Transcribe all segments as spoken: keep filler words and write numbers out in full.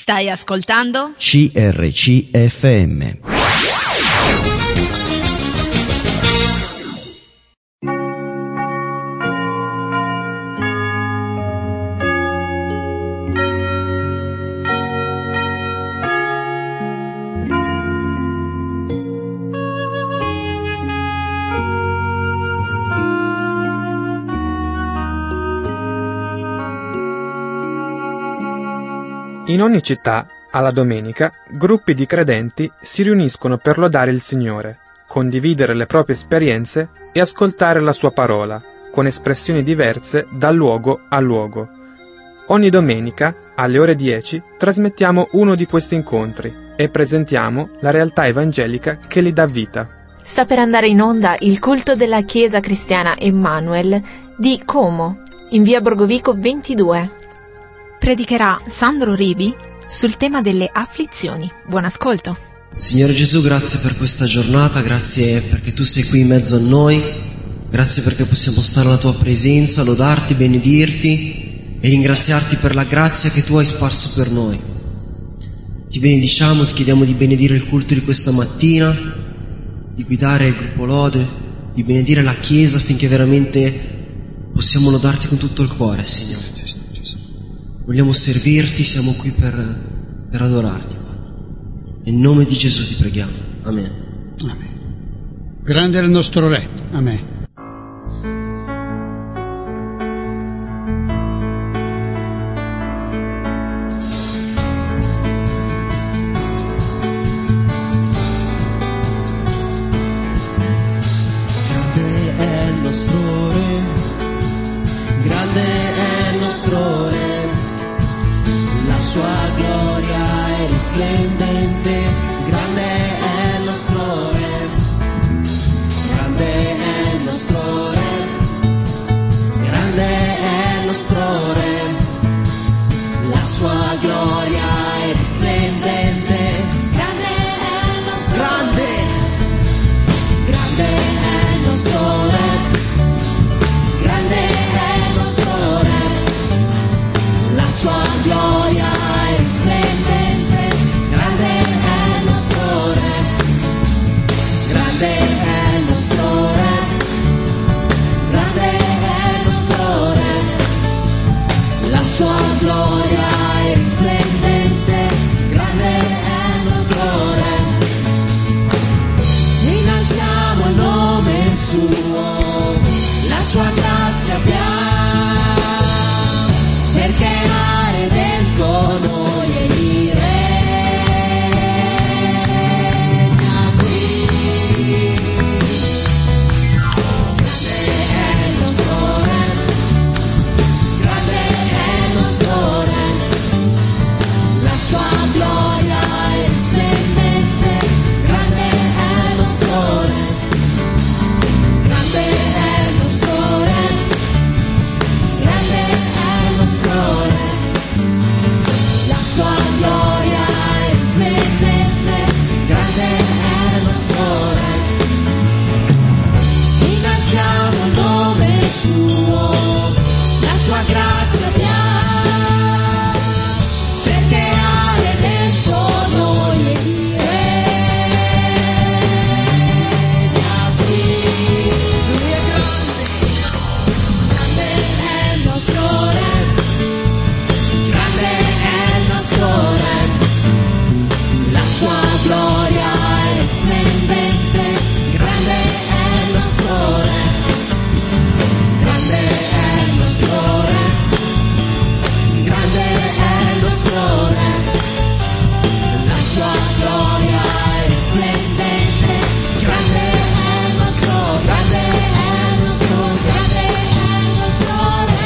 Stai ascoltando C R C F M. In ogni città, alla domenica, gruppi di credenti si riuniscono per lodare il Signore, condividere le proprie esperienze e ascoltare la sua parola, con espressioni diverse da luogo a luogo. Ogni domenica, alle ore dieci, trasmettiamo uno di questi incontri e presentiamo la realtà evangelica che li dà vita. Sta per andare in onda il culto della Chiesa Cristiana Emmanuel di Como, in via Borgovico ventidue. Predicherà Sandro Ribi sul tema delle afflizioni. Buon ascolto. Signore Gesù, grazie per questa giornata, grazie perché tu sei qui in mezzo a noi, grazie perché possiamo stare alla tua presenza, lodarti, benedirti e ringraziarti per la grazia che tu hai sparso per noi. Ti benediciamo, ti chiediamo di benedire il culto di questa mattina, di guidare il gruppo Lode, di benedire la Chiesa affinché veramente possiamo lodarti con tutto il cuore, Signore. Vogliamo servirti, siamo qui per, per adorarti, Padre. Nel nome di Gesù ti preghiamo. Amen. Amen. Grande è il nostro Re. Amen. Grande è il nostro Re. Grande è il nostro Re. La sua gloria è risplendente, grande è il nostro Re, grande è il nostro Re, grande è il nostro Re, la sua gloria è risplendente, grande è il nostro grande, grande è il nostro Re, grande è il nostro Re, la sua gloria è risplendente, grande è il nostro Re, grande è il nostro Re, grande è il nostro Re, la sua gloria è risplendente, grande è il nostro Re. Innalziamo il nome suo, la sua grazia abbiamo, perché ha redento noi e li regna qui. Grande è il nostro Re, grande è il nostro Re, la sua gloria è risplendente, grande è il nostro Re, grande è il nostro Re, grande è il nostro Re, la sua gloria è risplendente, grande è il nostro Re. Innalziamo il nome suo, la sua grazia abbiamo, perché ha redento noi e li regna qui. Lui è grande, grande è il nostro Re, grande è il nostro Re, la sua gloria è risplendente, grande è il nostro Re, grande è il nostro Re, grande è il nostro Re, la sua gloria è risplendente, grande è il nostro, grande è il nostro, grande è il nostro Re.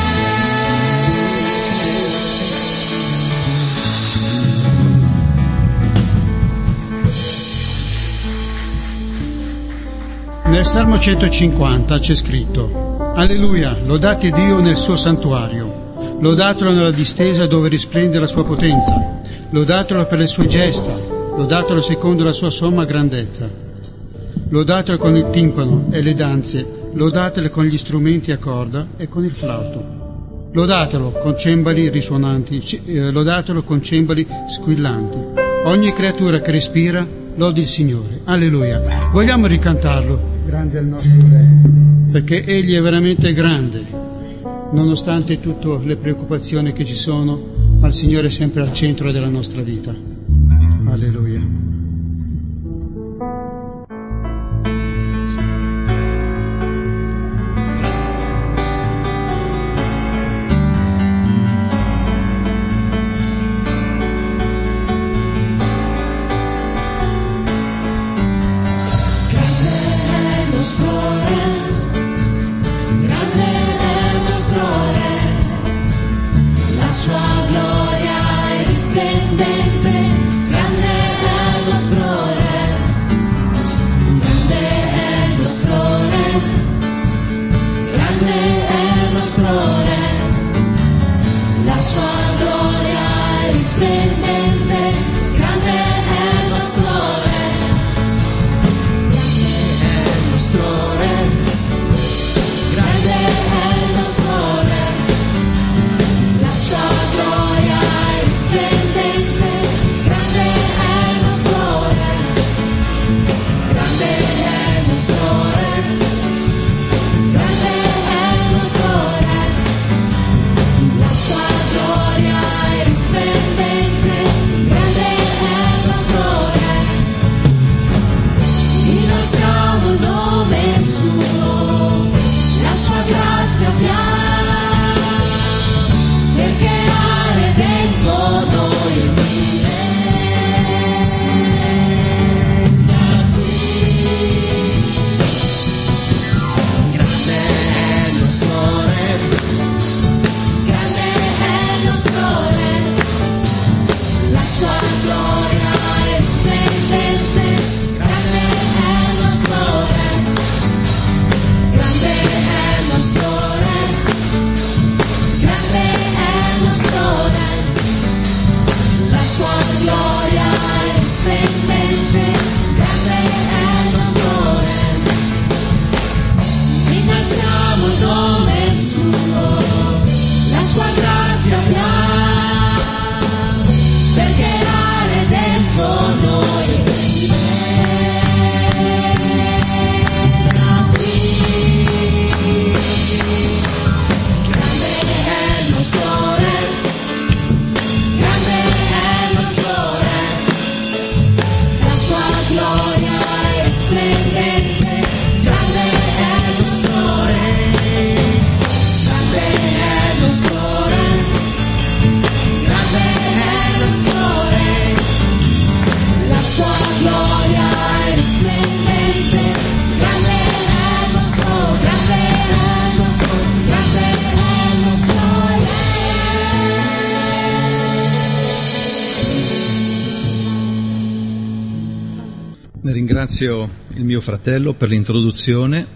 Nel Salmo centocinquanta c'è scritto: Alleluia, lodate Dio nel suo santuario, lodatelo nella distesa dove risplende la sua potenza, lodatelo per le sue gesta, lodatelo secondo la sua somma grandezza, lodatelo con il timpano e le danze, lodatelo con gli strumenti a corda e con il flauto. Lodatelo con cembali risonanti, eh, lodatelo con cembali squillanti. Ogni creatura che respira lodi il Signore. Alleluia. Vogliamo ricantarlo? Grande è il nostro Re, perché Egli è veramente grande, nonostante tutte le preoccupazioni che ci sono, ma il Signore è sempre al centro della nostra vita. Alleluia. Ringrazio il mio fratello per l'introduzione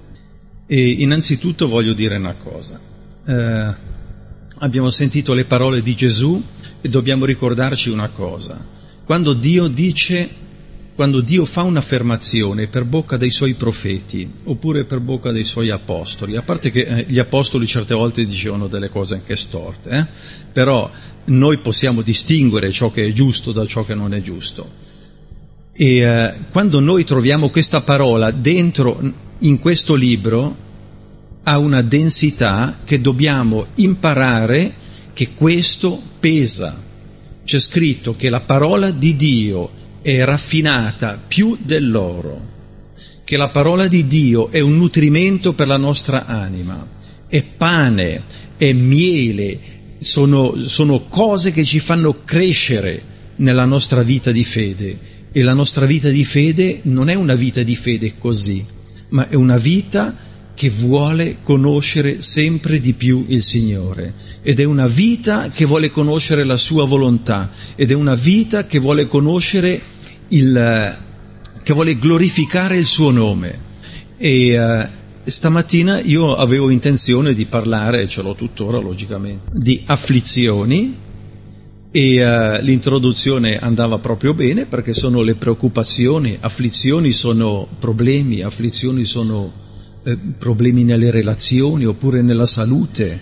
e innanzitutto voglio dire una cosa. Eh, abbiamo sentito le parole di Gesù e dobbiamo ricordarci una cosa. Quando Dio dice, quando Dio fa un'affermazione per bocca dei suoi profeti oppure per bocca dei suoi apostoli, a parte che eh, gli apostoli certe volte dicevano delle cose anche storte, eh? Però noi possiamo distinguere ciò che è giusto da ciò che non è giusto. E eh, quando noi troviamo questa parola dentro in questo libro ha una densità che dobbiamo imparare che questo pesa. C'è scritto che la parola di Dio è raffinata più dell'oro, che la parola di Dio è un nutrimento per la nostra anima, è pane, è miele, sono, sono cose che ci fanno crescere nella nostra vita di fede. E la nostra vita di fede non è una vita di fede così, ma è una vita che vuole conoscere sempre di più il Signore, ed è una vita che vuole conoscere la sua volontà, ed è una vita che vuole conoscere il, che vuole glorificare il suo nome. E uh, stamattina io avevo intenzione di parlare, e ce l'ho tuttora logicamente, di afflizioni. E uh, l'introduzione andava proprio bene perché sono le preoccupazioni, afflizioni sono problemi, afflizioni sono eh, problemi nelle relazioni oppure nella salute,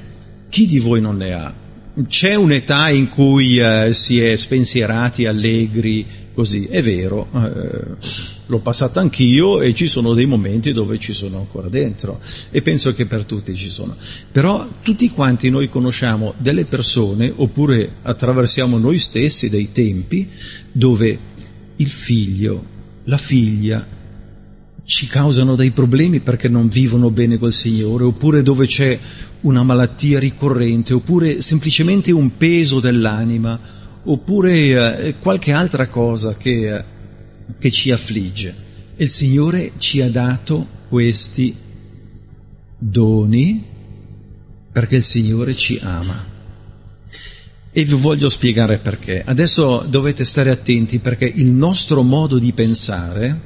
Chi di voi non ne ha? C'è un'età in cui eh, si è spensierati, allegri, così, è vero, eh, l'ho passata anch'io e ci sono dei momenti dove ci sono ancora dentro e penso che per tutti ci sono. Però tutti quanti noi conosciamo delle persone, oppure attraversiamo noi stessi dei tempi dove il figlio, la figlia ci causano dei problemi perché non vivono bene col Signore, oppure dove c'è una malattia ricorrente, oppure semplicemente un peso dell'anima, oppure eh, qualche altra cosa che, eh, che ci affligge. E il Signore ci ha dato questi doni perché il Signore ci ama. E vi voglio spiegare perché. Adesso dovete stare attenti, perché il nostro modo di pensare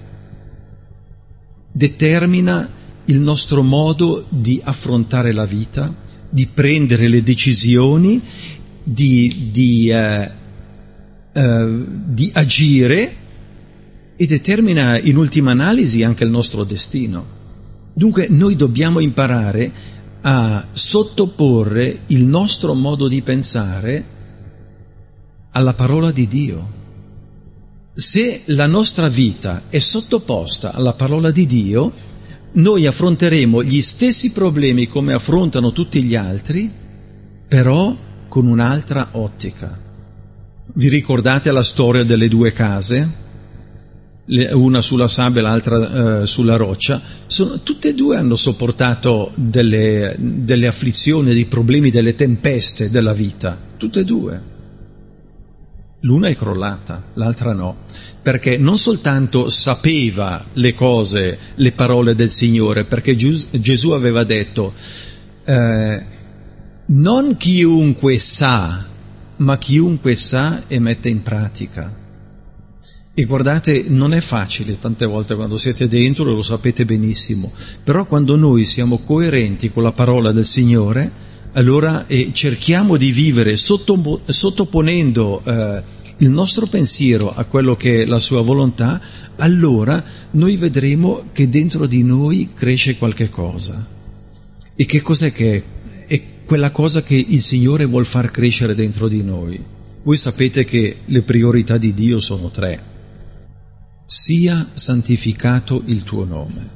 determina il nostro modo di affrontare la vita, di prendere le decisioni, di, di, eh, eh, di agire, e determina in ultima analisi anche il nostro destino. Dunque noi dobbiamo imparare a sottoporre il nostro modo di pensare alla parola di Dio. Se la nostra vita è sottoposta alla parola di Dio, noi affronteremo gli stessi problemi come affrontano tutti gli altri, però con un'altra ottica. Vi ricordate la storia delle due case? Una sulla sabbia e l'altra eh, sulla roccia? Sono, tutte e due hanno sopportato delle, delle afflizioni, dei problemi, delle tempeste della vita. Tutte e due. L'una è crollata, l'altra no, perché non soltanto sapeva le cose, le parole del Signore, perché Gesù aveva detto eh, non chiunque sa, ma chiunque sa e mette in pratica. E guardate, non è facile tante volte quando siete dentro, lo sapete benissimo, però quando noi siamo coerenti con la parola del Signore, allora eh, cerchiamo di vivere sotto, sottoponendo eh, il nostro pensiero a quello che è la sua volontà, allora noi vedremo che dentro di noi cresce qualche cosa. E che cos'è che è? È quella cosa che il Signore vuol far crescere dentro di noi. Voi sapete che le priorità di Dio sono tre. Sia santificato il tuo nome.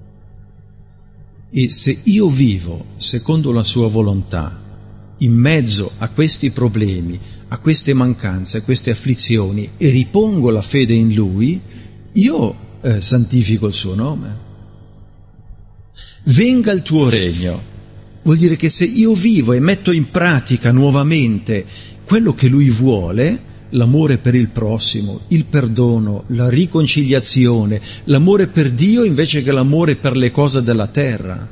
E se io vivo secondo la sua volontà, in mezzo a questi problemi, a queste mancanze, a queste afflizioni, e ripongo la fede in Lui, io eh, santifico il suo nome. Venga il tuo regno. Vuol dire che se io vivo e metto in pratica nuovamente quello che Lui vuole, l'amore per il prossimo, il perdono, la riconciliazione, l'amore per Dio invece che l'amore per le cose della terra,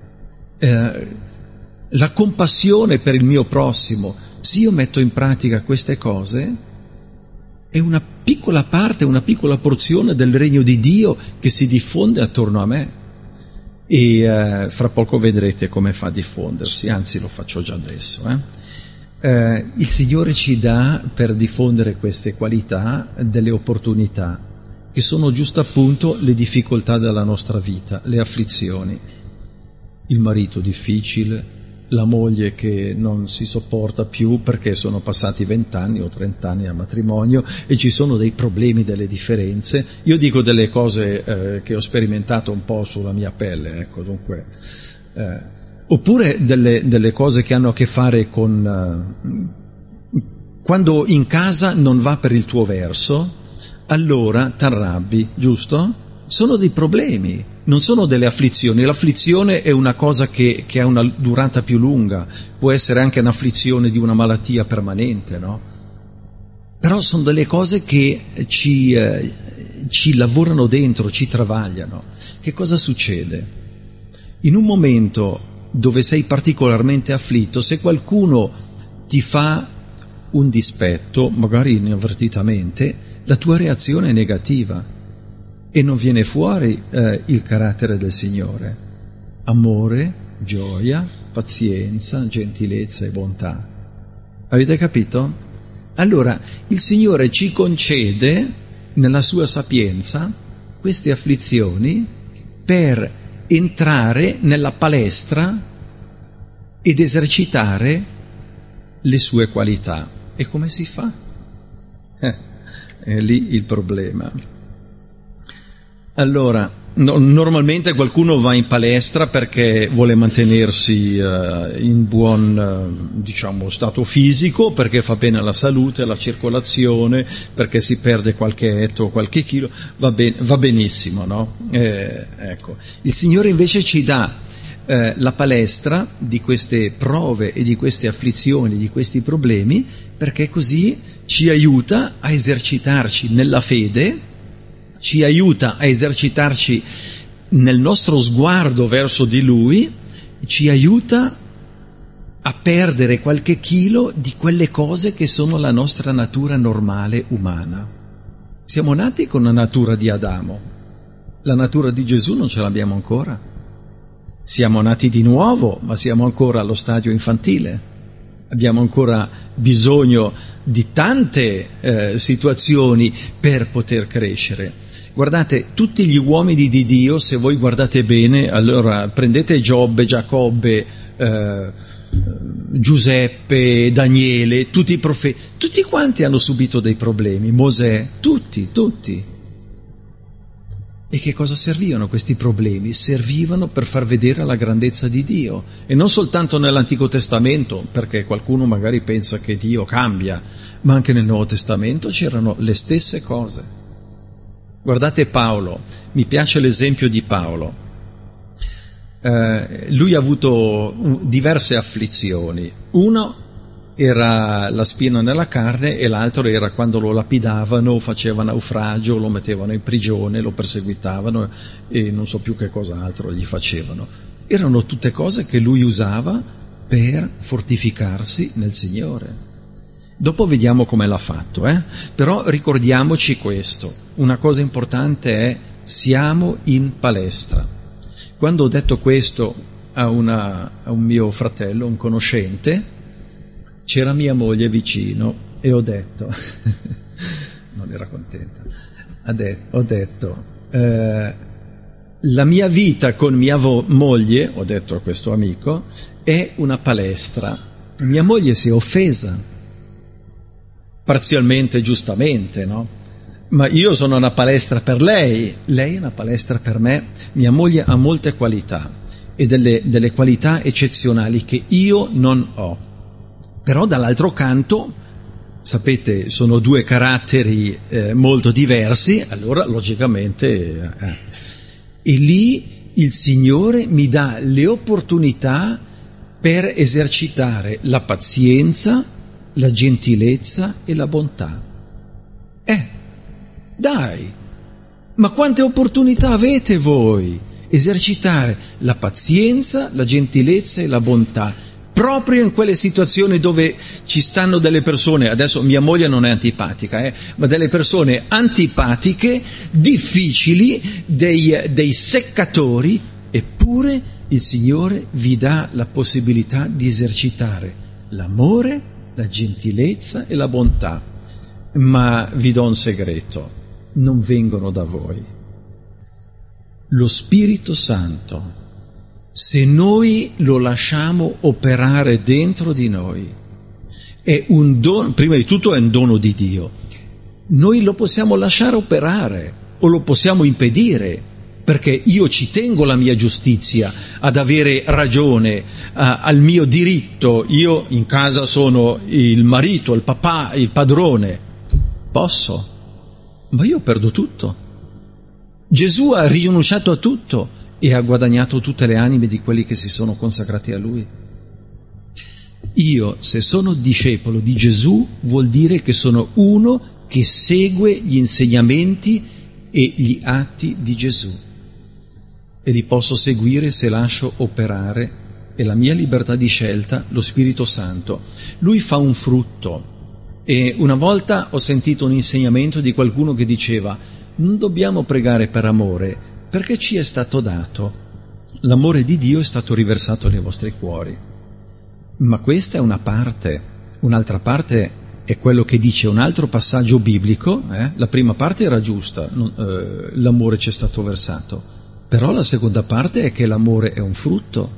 eh, la compassione per il mio prossimo, se io metto in pratica queste cose, è una piccola parte, una piccola porzione del regno di Dio che si diffonde attorno a me. E eh, fra poco vedrete come fa a diffondersi, anzi lo faccio già adesso, eh. Eh, il Signore ci dà per diffondere queste qualità delle opportunità che sono giusto appunto le difficoltà della nostra vita, le afflizioni, il marito difficile, la moglie che non si sopporta più perché sono passati vent'anni o trent'anni al matrimonio e ci sono dei problemi, delle differenze. Io dico delle cose eh, che ho sperimentato un po' sulla mia pelle, ecco, dunque... Eh, Oppure delle, delle cose che hanno a che fare con... Uh, quando in casa non va per il tuo verso, allora t'arrabbi, giusto? Sono dei problemi, non sono delle afflizioni. L'afflizione è una cosa che, che ha una durata più lunga, può essere anche un'afflizione di una malattia permanente, no? Però sono delle cose che ci, eh, ci lavorano dentro, ci travagliano. Che cosa succede? In un momento dove sei particolarmente afflitto, se qualcuno ti fa un dispetto, magari inavvertitamente, la tua reazione è negativa e non viene fuori eh, il carattere del Signore. Amore, gioia, pazienza, gentilezza e bontà. Avete capito? Allora, il Signore ci concede, nella sua sapienza, queste afflizioni per entrare nella palestra ed esercitare le sue qualità. E come si fa? Eh, è lì il problema. Allora, no, normalmente qualcuno va in palestra perché vuole mantenersi uh, in buon uh, diciamo stato fisico, perché fa bene alla salute, alla circolazione, perché si perde qualche etto o qualche chilo, va, ben, va benissimo, no? Eh, ecco. Il Signore invece ci dà eh, la palestra di queste prove e di queste afflizioni, di questi problemi, perché così ci aiuta a esercitarci nella fede, ci aiuta a esercitarci nel nostro sguardo verso di Lui, ci aiuta a perdere qualche chilo di quelle cose che sono la nostra natura normale umana. Siamo nati con la natura di Adamo, la natura di Gesù non ce l'abbiamo ancora. Siamo nati di nuovo, ma siamo ancora allo stadio infantile. Abbiamo ancora bisogno di tante eh, situazioni per poter crescere. Guardate, tutti gli uomini di Dio, se voi guardate bene, allora prendete Giobbe, Giacobbe, eh, Giuseppe, Daniele, tutti i profeti, tutti quanti hanno subito dei problemi, Mosè, tutti, tutti. E che cosa servivano questi problemi? Servivano per far vedere la grandezza di Dio, e non soltanto nell'Antico Testamento, perché qualcuno magari pensa che Dio cambia, ma anche nel Nuovo Testamento c'erano le stesse cose. Guardate Paolo, mi piace l'esempio di Paolo. Eh, lui ha avuto diverse afflizioni. Uno era la spina nella carne e l'altro era quando lo lapidavano, faceva naufragio, lo mettevano in prigione, lo perseguitavano e non so più che cos'altro gli facevano. Erano tutte cose che lui usava per fortificarsi nel Signore. Dopo vediamo come l'ha fatto, eh? Però ricordiamoci questo. Una cosa importante è: siamo in palestra. Quando ho detto questo a, una, a un mio fratello, un conoscente, c'era mia moglie vicino e ho detto, non era contenta, ho detto, eh, la mia vita con mia vo- moglie, ho detto a questo amico, è una palestra. Mia moglie si è offesa. Parzialmente giustamente, no? Ma io sono una palestra per lei, lei è una palestra per me. Mia moglie ha molte qualità e delle, delle qualità eccezionali che io non ho. Però dall'altro canto, sapete, sono due caratteri eh, molto diversi, allora logicamente... Eh, e lì il Signore mi dà le opportunità per esercitare la pazienza, la gentilezza e la bontà. Eh, dai, ma quante opportunità avete voi? Esercitare la pazienza, la gentilezza e la bontà, proprio in quelle situazioni dove ci stanno delle persone, adesso mia moglie non è antipatica, eh, ma delle persone antipatiche, difficili, dei, dei seccatori, eppure il Signore vi dà la possibilità di esercitare l'amore, la gentilezza e la bontà. Ma vi do un segreto: non vengono da voi. Lo Spirito Santo, se noi lo lasciamo operare dentro di noi, è un dono, prima di tutto è un dono di Dio. Noi lo possiamo lasciare operare o lo possiamo impedire, perché io ci tengo la mia giustizia, ad avere ragione, uh, al mio diritto. Io in casa sono il marito, il papà, il padrone. Posso, ma io perdo tutto. Gesù ha rinunciato a tutto e ha guadagnato tutte le anime di quelli che si sono consacrati a Lui. Io, se sono discepolo di Gesù, vuol dire che sono uno che segue gli insegnamenti e gli atti di Gesù. E li posso seguire se lascio operare, e la mia libertà di scelta, lo Spirito Santo. Lui fa un frutto. E una volta ho sentito un insegnamento di qualcuno che diceva: non dobbiamo pregare per amore, perché ci è stato dato. L'amore di Dio è stato riversato nei vostri cuori. Ma questa è una parte. Un'altra parte è quello che dice un altro passaggio biblico. Eh? La prima parte era giusta, non, eh, l'amore ci è stato versato. Però la seconda parte è che l'amore è un frutto.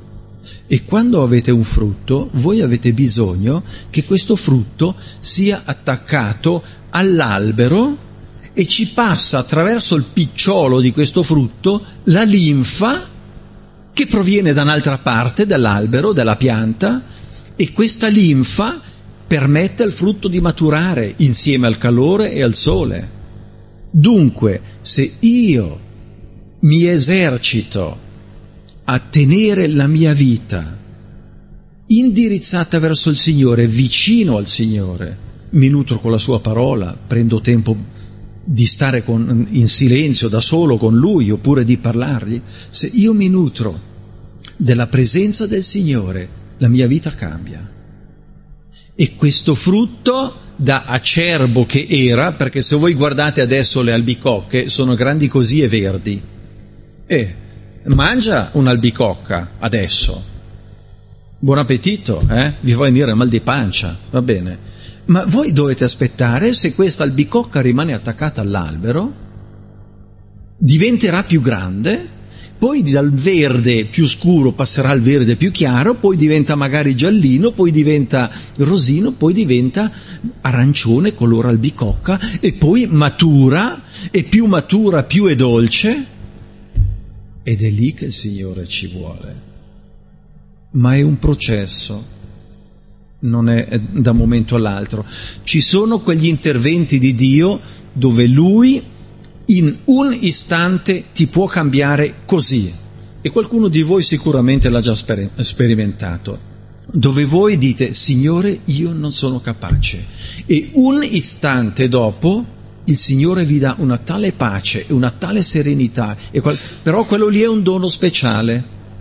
E quando avete un frutto, voi avete bisogno che questo frutto sia attaccato all'albero e ci passa attraverso il picciolo di questo frutto la linfa che proviene da un'altra parte dell'albero, della pianta, e questa linfa permette al frutto di maturare insieme al calore e al sole. Dunque, se io mi esercito a tenere la mia vita indirizzata verso il Signore, vicino al Signore, mi nutro con la sua parola, prendo tempo di stare con, in silenzio da solo con Lui, oppure di parlargli, se io mi nutro della presenza del Signore, la mia vita cambia. E questo frutto da acerbo che era, perché se voi guardate adesso le albicocche sono grandi così e verdi, e mangia un'albicocca adesso, buon appetito, eh? Vi fa venire mal di pancia, va bene, ma voi dovete aspettare, se questa albicocca rimane attaccata all'albero, diventerà più grande, poi dal verde più scuro passerà al verde più chiaro, poi diventa magari giallino, poi diventa rosino, poi diventa arancione color albicocca, e poi matura, e più matura più è dolce. Ed è lì che il Signore ci vuole. Ma è un processo, non è da un momento all'altro. Ci sono quegli interventi di Dio dove Lui in un istante ti può cambiare così. E qualcuno di voi sicuramente l'ha già sper- sperimentato. Dove voi dite, Signore, io non sono capace. E un istante dopo il Signore vi dà una tale pace, una tale serenità, e qual- però quello lì è un dono speciale,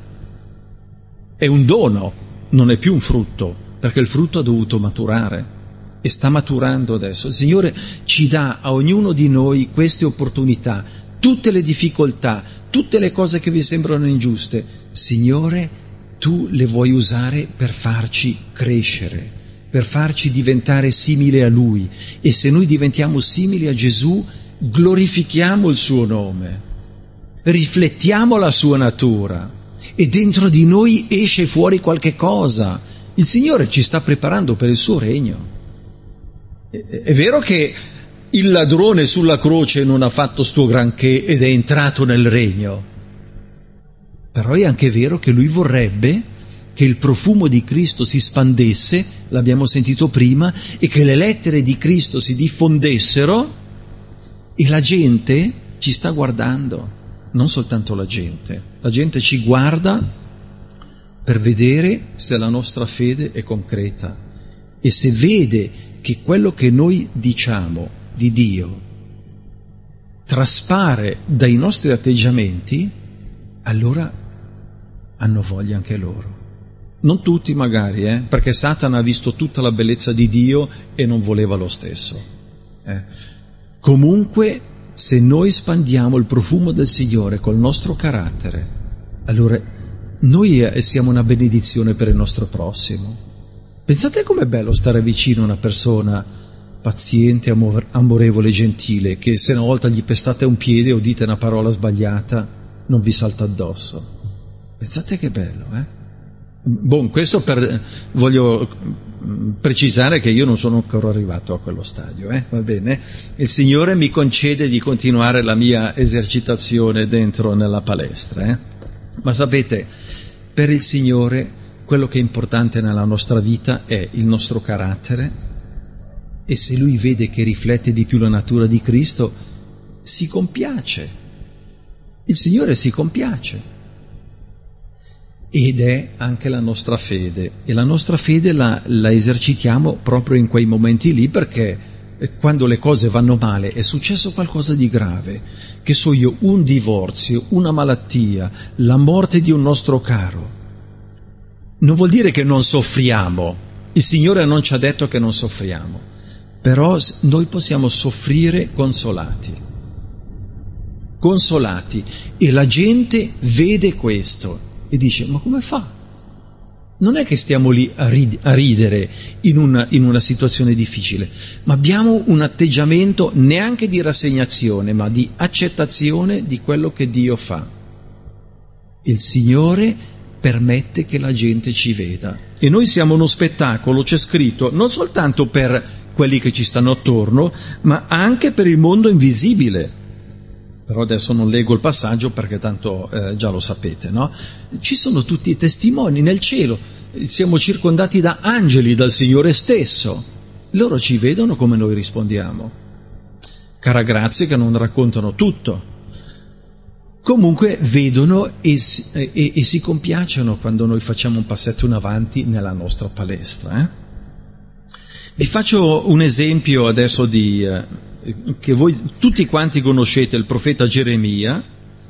è un dono, non è più un frutto, perché il frutto ha dovuto maturare e sta maturando adesso. Il Signore ci dà a ognuno di noi queste opportunità, tutte le difficoltà, tutte le cose che vi sembrano ingiuste. Signore, tu le vuoi usare per farci crescere, per farci diventare simili a Lui, e se noi diventiamo simili a Gesù, glorifichiamo il suo nome, riflettiamo la sua natura, e dentro di noi esce fuori qualche cosa. Il Signore ci sta preparando per il suo regno. È vero che il ladrone sulla croce non ha fatto sto granché ed è entrato nel regno, però è anche vero che lui vorrebbe che il profumo di Cristo si spandesse, l'abbiamo sentito prima, e che le lettere di Cristo si diffondessero, e la gente ci sta guardando, non soltanto la gente, la gente ci guarda per vedere se la nostra fede è concreta, e se vede che quello che noi diciamo di Dio traspare dai nostri atteggiamenti, allora hanno voglia anche loro. Non tutti magari, eh? Perché Satana ha visto tutta la bellezza di Dio e non voleva lo stesso. Eh? Comunque, se noi spandiamo il profumo del Signore col nostro carattere, allora noi siamo una benedizione per il nostro prossimo. Pensate com'è bello stare vicino a una persona paziente, amor- amorevole, gentile, che se una volta gli pestate un piede o dite una parola sbagliata, non vi salta addosso. Pensate che bello, eh? Bon, questo per, voglio precisare che io non sono ancora arrivato a quello stadio, eh? Va bene? Il Signore mi concede di continuare la mia esercitazione dentro nella palestra, eh? Ma sapete, per il Signore quello che è importante nella nostra vita è il nostro carattere, e se Lui vede che riflette di più la natura di Cristo, si compiace. Il Signore si compiace. Ed è anche la nostra fede, e la nostra fede la, la esercitiamo proprio in quei momenti lì, perché quando le cose vanno male, è successo qualcosa di grave, che so io, un divorzio, una malattia, la morte di un nostro caro, non vuol dire che non soffriamo, il Signore non ci ha detto che non soffriamo, però noi possiamo soffrire consolati, consolati, e la gente vede questo e dice, ma come fa? Non è che stiamo lì a, rid- a ridere in una, in una situazione difficile, ma abbiamo un atteggiamento neanche di rassegnazione, ma di accettazione di quello che Dio fa. Il Signore permette che la gente ci veda. E noi siamo uno spettacolo, c'è scritto, non soltanto per quelli che ci stanno attorno, ma anche per il mondo invisibile. Però adesso non leggo il passaggio perché tanto eh, già lo sapete, no? Ci sono tutti i testimoni nel cielo, siamo circondati da angeli, dal Signore stesso. Loro ci vedono come noi rispondiamo. Cara grazie che non raccontano tutto. Comunque vedono e, e, e si compiacciono quando noi facciamo un passetto in avanti nella nostra palestra. Eh? Vi faccio un esempio adesso di, eh, che voi tutti quanti conoscete, il profeta Geremia,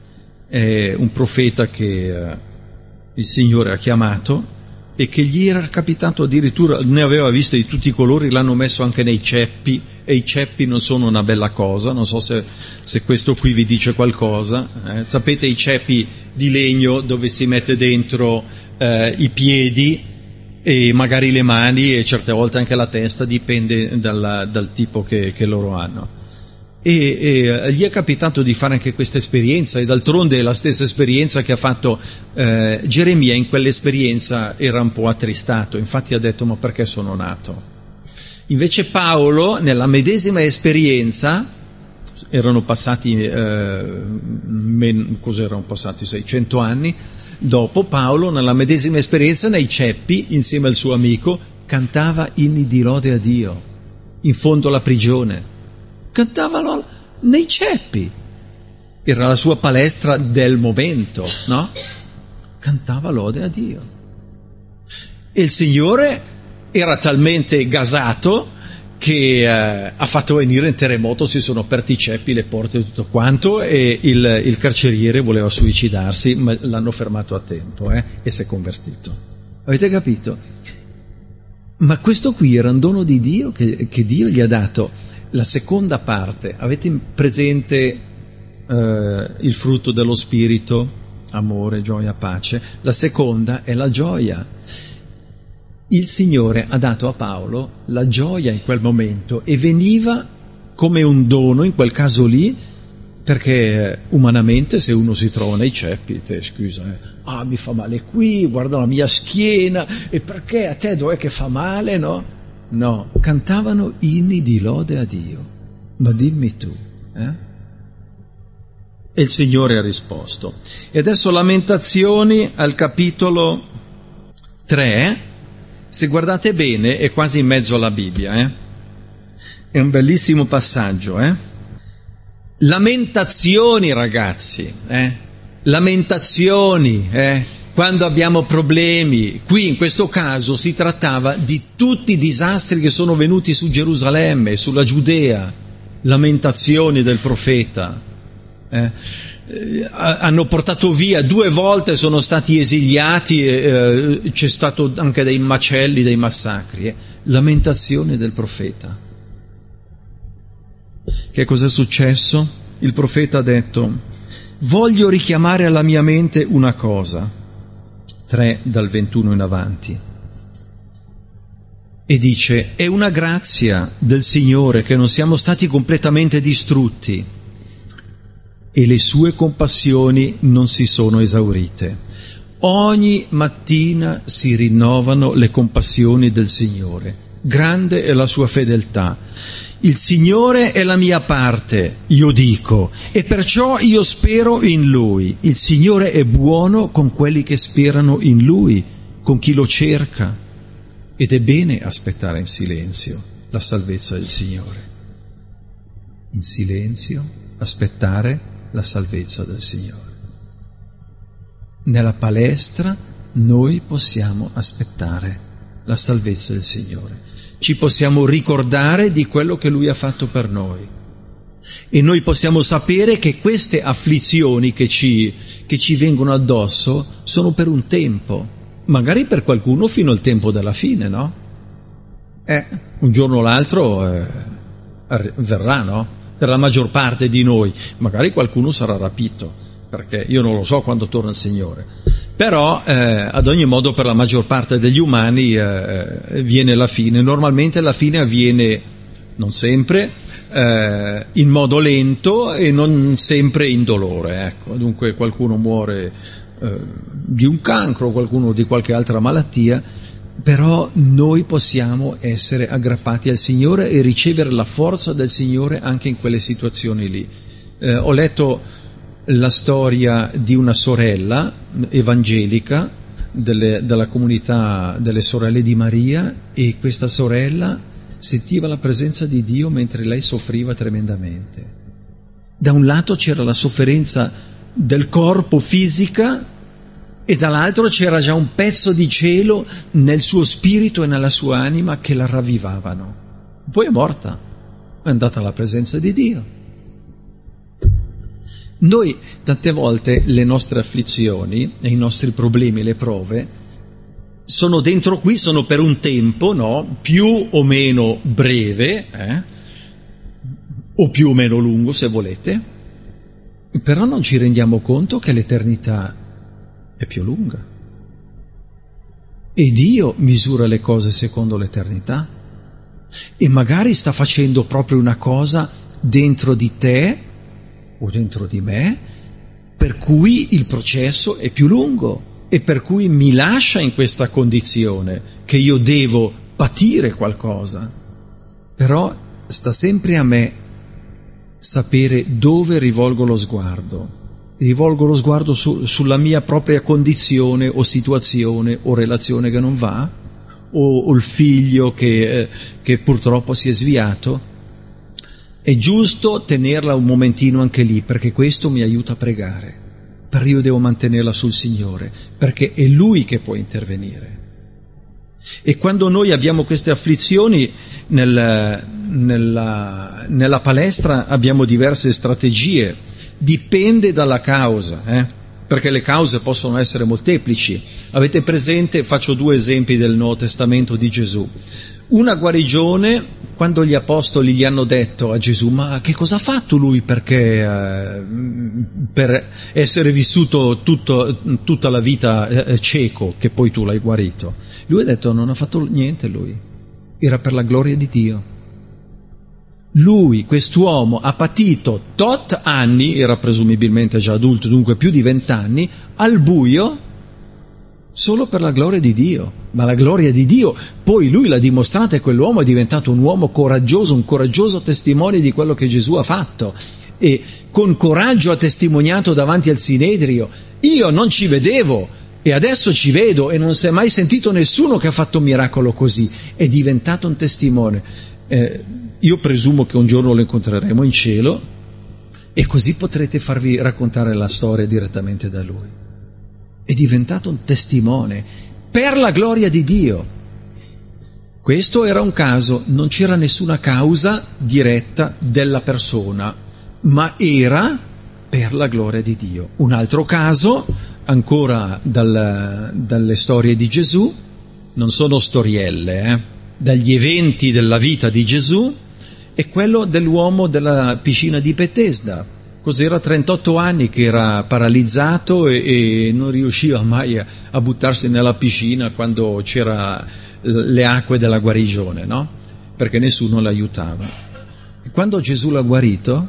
è un profeta che eh, il Signore ha chiamato e che gli era capitato addirittura, ne aveva visto di tutti i colori, l'hanno messo anche nei ceppi, e i ceppi non sono una bella cosa, non so se, se questo qui vi dice qualcosa, eh? Sapete i ceppi di legno dove si mette dentro eh, i piedi e magari le mani e certe volte anche la testa, dipende dal, dal tipo che, che loro hanno. E, e gli è capitato di fare anche questa esperienza, e d'altronde è la stessa esperienza che ha fatto eh, Geremia. In quell'esperienza era un po' attristato, infatti ha detto: ma perché sono nato? Invece Paolo, nella medesima esperienza, erano passati eh, men, cos'erano passati seicento anni dopo, Paolo nella medesima esperienza nei ceppi insieme al suo amico cantava inni di lode a Dio in fondo alla prigione. Cantavano nei ceppi, era la sua palestra del momento, no? Cantava lode a Dio. E il Signore era talmente gasato che eh, ha fatto venire un terremoto, si sono aperti i ceppi, le porte e tutto quanto, e il, il carceriere voleva suicidarsi, ma l'hanno fermato a tempo eh, e si è convertito. Avete capito? Ma questo qui era un dono di Dio che, che Dio gli ha dato. La seconda parte, avete presente eh, il frutto dello spirito, amore, gioia, pace? La seconda è la gioia. Il Signore ha dato a Paolo la gioia in quel momento e veniva come un dono in quel caso lì, perché umanamente se uno si trova nei ceppi, te scusa, eh, ah mi fa male qui, guarda la mia schiena, e perché a te dov'è che fa male, no? No, cantavano inni di lode a Dio. Ma dimmi tu, eh? E il Signore ha risposto. E adesso Lamentazioni al capitolo tre, se guardate bene è quasi in mezzo alla Bibbia, eh? È un bellissimo passaggio, eh? Lamentazioni, ragazzi, eh? Lamentazioni, eh? Quando abbiamo problemi. Qui in questo caso si trattava di tutti i disastri che sono venuti su Gerusalemme, sulla Giudea, lamentazioni del profeta. Eh? Eh, hanno portato via, due volte sono stati esiliati, eh, c'è stato anche dei macelli, dei massacri. Eh? Lamentazioni del profeta. Che cosa è successo? Il profeta ha detto: voglio richiamare alla mia mente una cosa. tre dal ventuno in avanti, e dice: è una grazia del Signore che non siamo stati completamente distrutti e le sue compassioni non si sono esaurite. Ogni mattina si rinnovano le compassioni del Signore, grande è la sua fedeltà. Il Signore è la mia parte, io dico, e perciò io spero in Lui. Il Signore è buono con quelli che sperano in Lui, con chi lo cerca. Ed è bene aspettare in silenzio la salvezza del Signore. In silenzio aspettare la salvezza del Signore. Nella palestra noi possiamo aspettare la salvezza del Signore. Ci possiamo ricordare di quello che Lui ha fatto per noi e noi possiamo sapere che queste afflizioni che ci, che ci vengono addosso sono per un tempo, magari per qualcuno fino al tempo della fine, no? Eh, un giorno o l'altro eh, verrà, no? Per la maggior parte di noi, magari qualcuno sarà rapito, perché io non lo so quando torna il Signore. Però eh, ad ogni modo per la maggior parte degli umani eh, viene la fine. Normalmente la fine avviene, non sempre, eh, in modo lento e non sempre in dolore. Ecco. Dunque qualcuno muore eh, di un cancro, qualcuno di qualche altra malattia, però noi possiamo essere aggrappati al Signore e ricevere la forza del Signore anche in quelle situazioni lì. Eh, ho letto la storia di una sorella evangelica delle, della comunità delle sorelle di Maria, e questa sorella sentiva la presenza di Dio mentre lei soffriva tremendamente. Da un lato c'era la sofferenza del corpo fisica e dall'altro c'era già un pezzo di cielo nel suo spirito e nella sua anima che la ravvivavano. Poi è morta, è andata alla presenza di Dio. Noi tante volte le nostre afflizioni e i nostri problemi, le prove, sono dentro qui, sono per un tempo, no? Più o meno breve, eh? O più o meno lungo se volete, però non ci rendiamo conto che l'eternità è più lunga. E Dio misura le cose secondo l'eternità e magari sta facendo proprio una cosa dentro di te o dentro di me, per cui il processo è più lungo e per cui mi lascia in questa condizione che io devo patire qualcosa. Però sta sempre a me sapere dove rivolgo lo sguardo. Rivolgo lo sguardo su, sulla mia propria condizione o situazione o relazione che non va, o, o il figlio che, eh, che purtroppo si è sviato. È giusto tenerla un momentino anche lì, perché questo mi aiuta a pregare, però io devo mantenerla sul Signore, perché è Lui che può intervenire. E quando noi abbiamo queste afflizioni nel, nella, nella palestra abbiamo diverse strategie, dipende dalla causa, eh? Perché le cause possono essere molteplici. Avete presente, faccio due esempi del Nuovo Testamento di Gesù. Una guarigione, quando gli apostoli gli hanno detto a Gesù: ma che cosa ha fatto lui perché eh, per essere vissuto tutto, tutta la vita eh, cieco, che poi tu l'hai guarito? Lui ha detto: non ha fatto niente lui, era per la gloria di Dio. Lui, quest'uomo, ha patito tot anni, era presumibilmente già adulto, dunque più di vent'anni, al buio, solo per la gloria di Dio. Ma la gloria di Dio poi lui l'ha dimostrata, e quell'uomo è diventato un uomo coraggioso, un coraggioso testimone di quello che Gesù ha fatto, e con coraggio ha testimoniato davanti al Sinedrio: io non ci vedevo e adesso ci vedo, e non si è mai sentito nessuno che ha fatto un miracolo così. È diventato un testimone. Eh, io presumo che un giorno lo incontreremo in cielo e così potrete farvi raccontare la storia direttamente da lui. È diventato un testimone per la gloria di Dio. Questo era un caso, non c'era nessuna causa diretta della persona, ma era per la gloria di Dio. Un altro caso, ancora dal, dalle storie di Gesù, non sono storielle, eh, dagli eventi della vita di Gesù, è quello dell'uomo della piscina di Betesda. Cos'era? trentotto anni che era paralizzato e, e non riusciva mai a, a buttarsi nella piscina quando c'era le acque della guarigione, no? Perché nessuno l'aiutava. E quando Gesù l'ha guarito,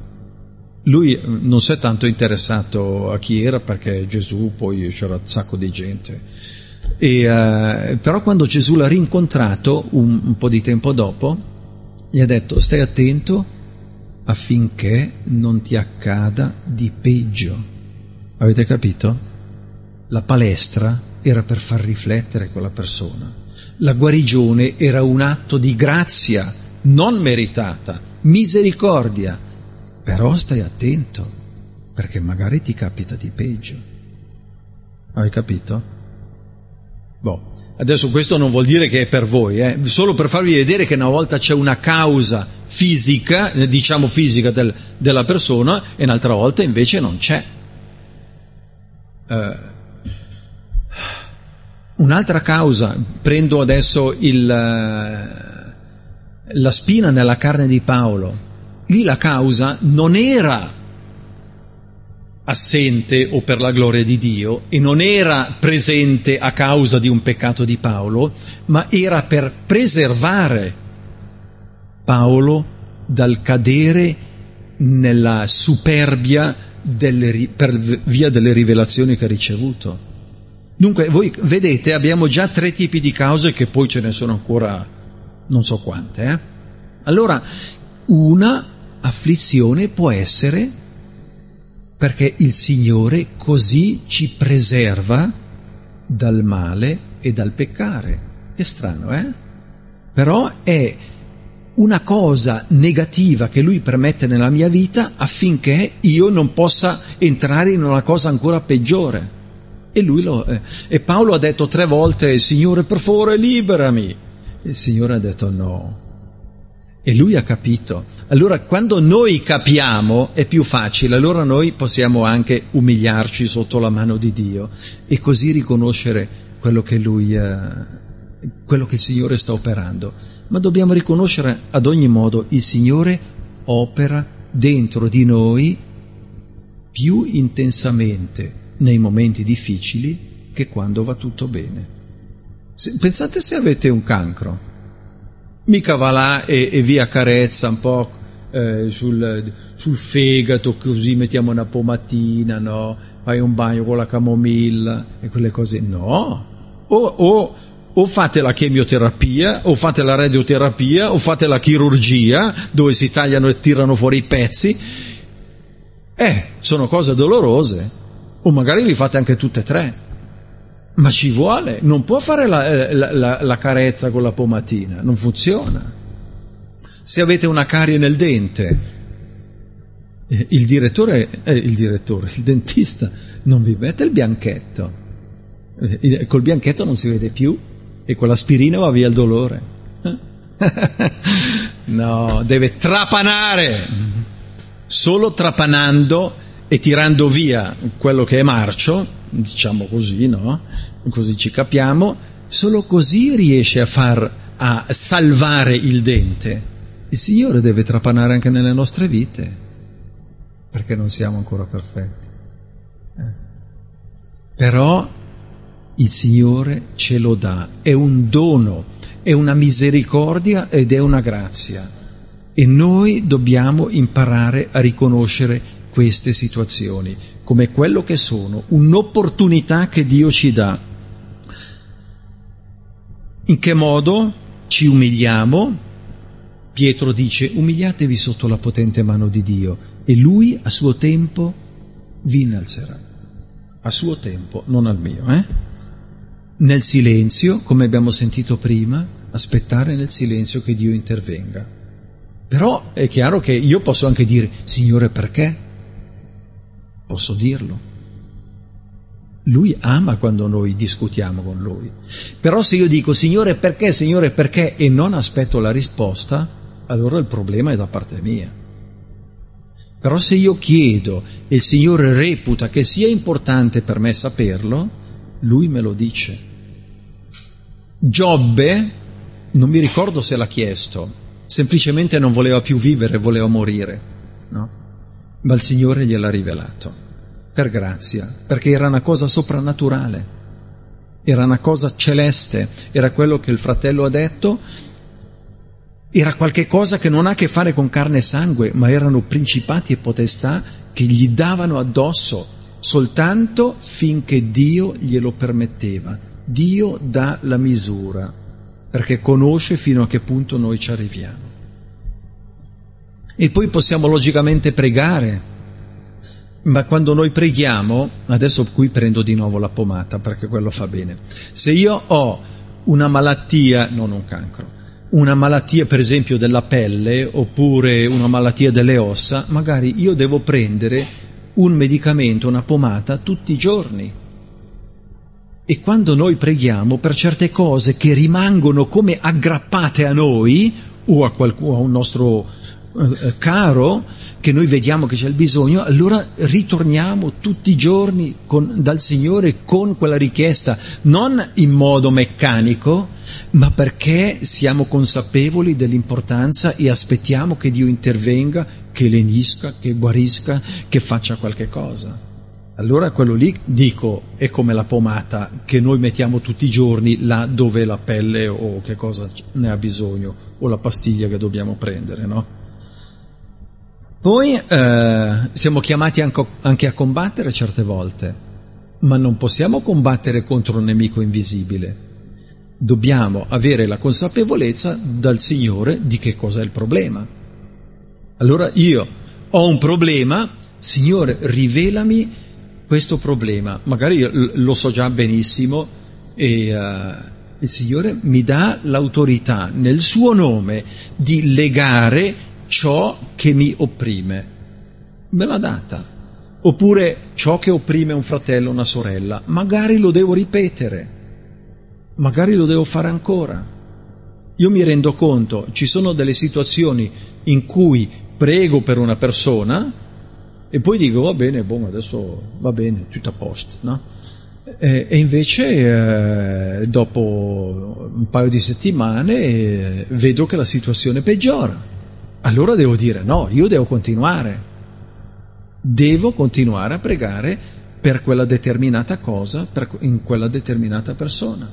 lui non si è tanto interessato a chi era, perché Gesù poi c'era un sacco di gente. E, uh, però quando Gesù l'ha rincontrato un, un po' di tempo dopo, gli ha detto: stai attento affinché non ti accada di peggio. Avete capito? La palestra era per far riflettere quella persona. La guarigione era un atto di grazia non meritata, misericordia. Però stai attento, perché magari ti capita di peggio. Hai capito? Boh. Adesso questo non vuol dire che è per voi, eh? Solo per farvi vedere che una volta c'è una causa fisica, diciamo fisica del, della persona, e un'altra volta invece non c'è. Uh, un'altra causa, prendo adesso il, la spina nella carne di Paolo. Lì la causa non era assente o per la gloria di Dio, e non era presente a causa di un peccato di Paolo, ma era per preservare Paolo dal cadere nella superbia delle, per via delle rivelazioni che ha ricevuto. Dunque, voi vedete, abbiamo già tre tipi di cause, che poi ce ne sono ancora non so quante. Eh? Allora, una afflizione può essere perché il Signore così ci preserva dal male e dal peccare. Che strano, eh? Però è una cosa negativa che Lui permette nella mia vita affinché io non possa entrare in una cosa ancora peggiore. E, lui lo, eh, e Paolo ha detto tre volte: Signore, per favore, liberami. E il Signore ha detto no. E lui ha capito. Allora, quando noi capiamo è più facile, allora noi possiamo anche umiliarci sotto la mano di Dio e così riconoscere quello che Lui, eh, quello che il Signore sta operando. Ma dobbiamo riconoscere ad ogni modo il Signore opera dentro di noi più intensamente nei momenti difficili che quando va tutto bene. Se, pensate se avete un cancro, mica va là e, e vi accarezza un po' eh, sul, sul fegato, così mettiamo una pomatina, no? Fai un bagno con la camomilla e quelle cose, no. O, o, o fate la chemioterapia, o fate la radioterapia, o fate la chirurgia, dove si tagliano e tirano fuori i pezzi. Eh, sono cose dolorose. O magari li fate anche tutte e tre, ma ci vuole, non può fare la, la, la, la carezza con la pomatina, non funziona. Se avete una carie nel dente, eh, il direttore, eh, il direttore, il dentista non vi mette il bianchetto, eh, col bianchetto non si vede più e con l'aspirina va via il dolore. No, deve trapanare, solo trapanando e tirando via quello che è marcio, diciamo così, no? Così ci capiamo, solo così riesce a far a salvare il dente. Il Signore deve trapanare anche nelle nostre vite, perché non siamo ancora perfetti. Eh. Però il Signore ce lo dà, è un dono, è una misericordia ed è una grazia. E noi dobbiamo imparare a riconoscere queste situazioni come quello che sono, un'opportunità che Dio ci dà. In che modo ci umiliamo? Pietro dice: umiliatevi sotto la potente mano di Dio e Lui a suo tempo vi innalzerà. A suo tempo, non al mio, eh? Nel silenzio, come abbiamo sentito prima, aspettare nel silenzio che Dio intervenga. Però è chiaro che io posso anche dire: Signore, perché? Posso dirlo. Lui ama quando noi discutiamo con Lui. Però se io dico Signore perché, Signore perché, e non aspetto la risposta, allora il problema è da parte mia. Però se io chiedo e il Signore reputa che sia importante per me saperlo, Lui me lo dice. Giobbe, non mi ricordo se l'ha chiesto, semplicemente non voleva più vivere, voleva morire, no? Ma il Signore gliel'ha rivelato, per grazia, perché era una cosa soprannaturale, era una cosa celeste, era quello che il fratello ha detto, era qualche cosa che non ha a che fare con carne e sangue, ma erano principati e potestà che gli davano addosso, soltanto finché Dio glielo permetteva. Dio dà la misura, perché conosce fino a che punto noi ci arriviamo. E poi possiamo logicamente pregare, ma quando noi preghiamo, adesso qui prendo di nuovo la pomata perché quello fa bene, se io ho una malattia, non un cancro, una malattia per esempio della pelle oppure una malattia delle ossa, magari io devo prendere un medicamento, una pomata tutti i giorni. E quando noi preghiamo per certe cose che rimangono come aggrappate a noi o a, qualcuno, a un nostro caro che noi vediamo che c'è il bisogno, allora ritorniamo tutti i giorni con, dal Signore con quella richiesta, non in modo meccanico, ma perché siamo consapevoli dell'importanza e aspettiamo che Dio intervenga, che lenisca, che guarisca, che faccia qualche cosa. Allora quello lì, dico, è come la pomata che noi mettiamo tutti i giorni là dove la pelle o che cosa ne ha bisogno, o la pastiglia che dobbiamo prendere, no? Poi eh, siamo chiamati anche, anche a combattere certe volte, ma non possiamo combattere contro un nemico invisibile. Dobbiamo avere la consapevolezza dal Signore di che cosa è il problema. Allora io ho un problema, Signore, rivelami questo problema. Magari io lo so già benissimo e uh, il Signore mi dà l'autorità nel suo nome di legare ciò che mi opprime. Me l'ha data. Oppure ciò che opprime un fratello o una sorella, magari lo devo ripetere, magari lo devo fare ancora. Io mi rendo conto, ci sono delle situazioni in cui prego per una persona e poi dico va bene, boh, adesso va bene, tutto a posto, no? E, e invece eh, dopo un paio di settimane eh, vedo che la situazione peggiora. Allora devo dire no, io devo continuare. Devo continuare a pregare per quella determinata cosa, per, in quella determinata persona.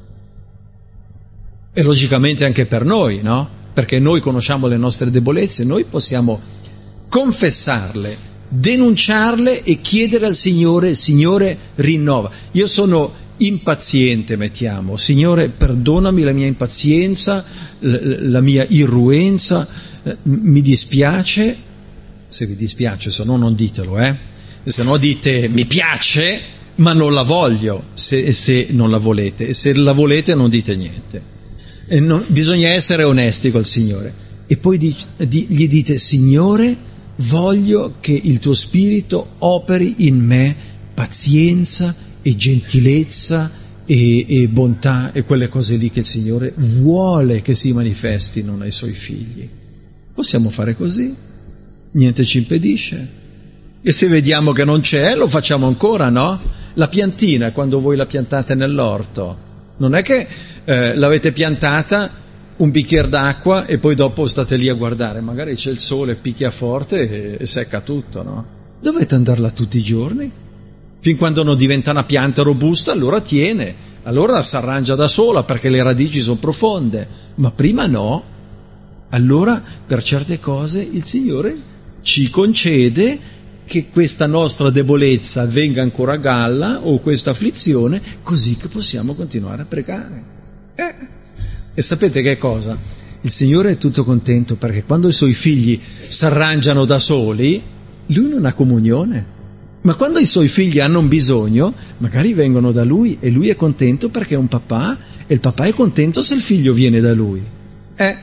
E logicamente anche per noi, no? Perché noi conosciamo le nostre debolezze, noi possiamo confessarle, denunciarle e chiedere al Signore, Signore rinnova. Io sono impaziente, mettiamo, Signore perdonami la mia impazienza, la mia irruenza, mi dispiace. Se vi dispiace, se no non ditelo, eh? Se no dite mi piace ma non la voglio, se, se non la volete, e se la volete non dite niente. E non, bisogna essere onesti col Signore. E poi di, di, gli dite Signore, voglio che il tuo Spirito operi in me pazienza e gentilezza e, e bontà e quelle cose lì che il Signore vuole che si manifestino ai Suoi figli. Possiamo fare così? Niente ci impedisce. E se vediamo che non c'è, lo facciamo ancora, no? La piantina, quando voi la piantate nell'orto, non è che eh, l'avete piantata un bicchiere d'acqua e poi dopo state lì a guardare, magari c'è il sole, picchia forte e, e secca tutto, no? Dovete andarla tutti i giorni, fin quando non diventa una pianta robusta, allora tiene, allora si arrangia da sola perché le radici sono profonde, ma prima no. Allora per certe cose il Signore ci concede che questa nostra debolezza venga ancora a galla o questa afflizione, così che possiamo continuare a pregare. Eh. E sapete che cosa? Il Signore è tutto contento perché quando i Suoi figli si arrangiano da soli, Lui non ha comunione. Ma quando i Suoi figli hanno un bisogno, magari vengono da Lui e Lui è contento perché è un papà e il papà è contento se il figlio viene da Lui. Eh.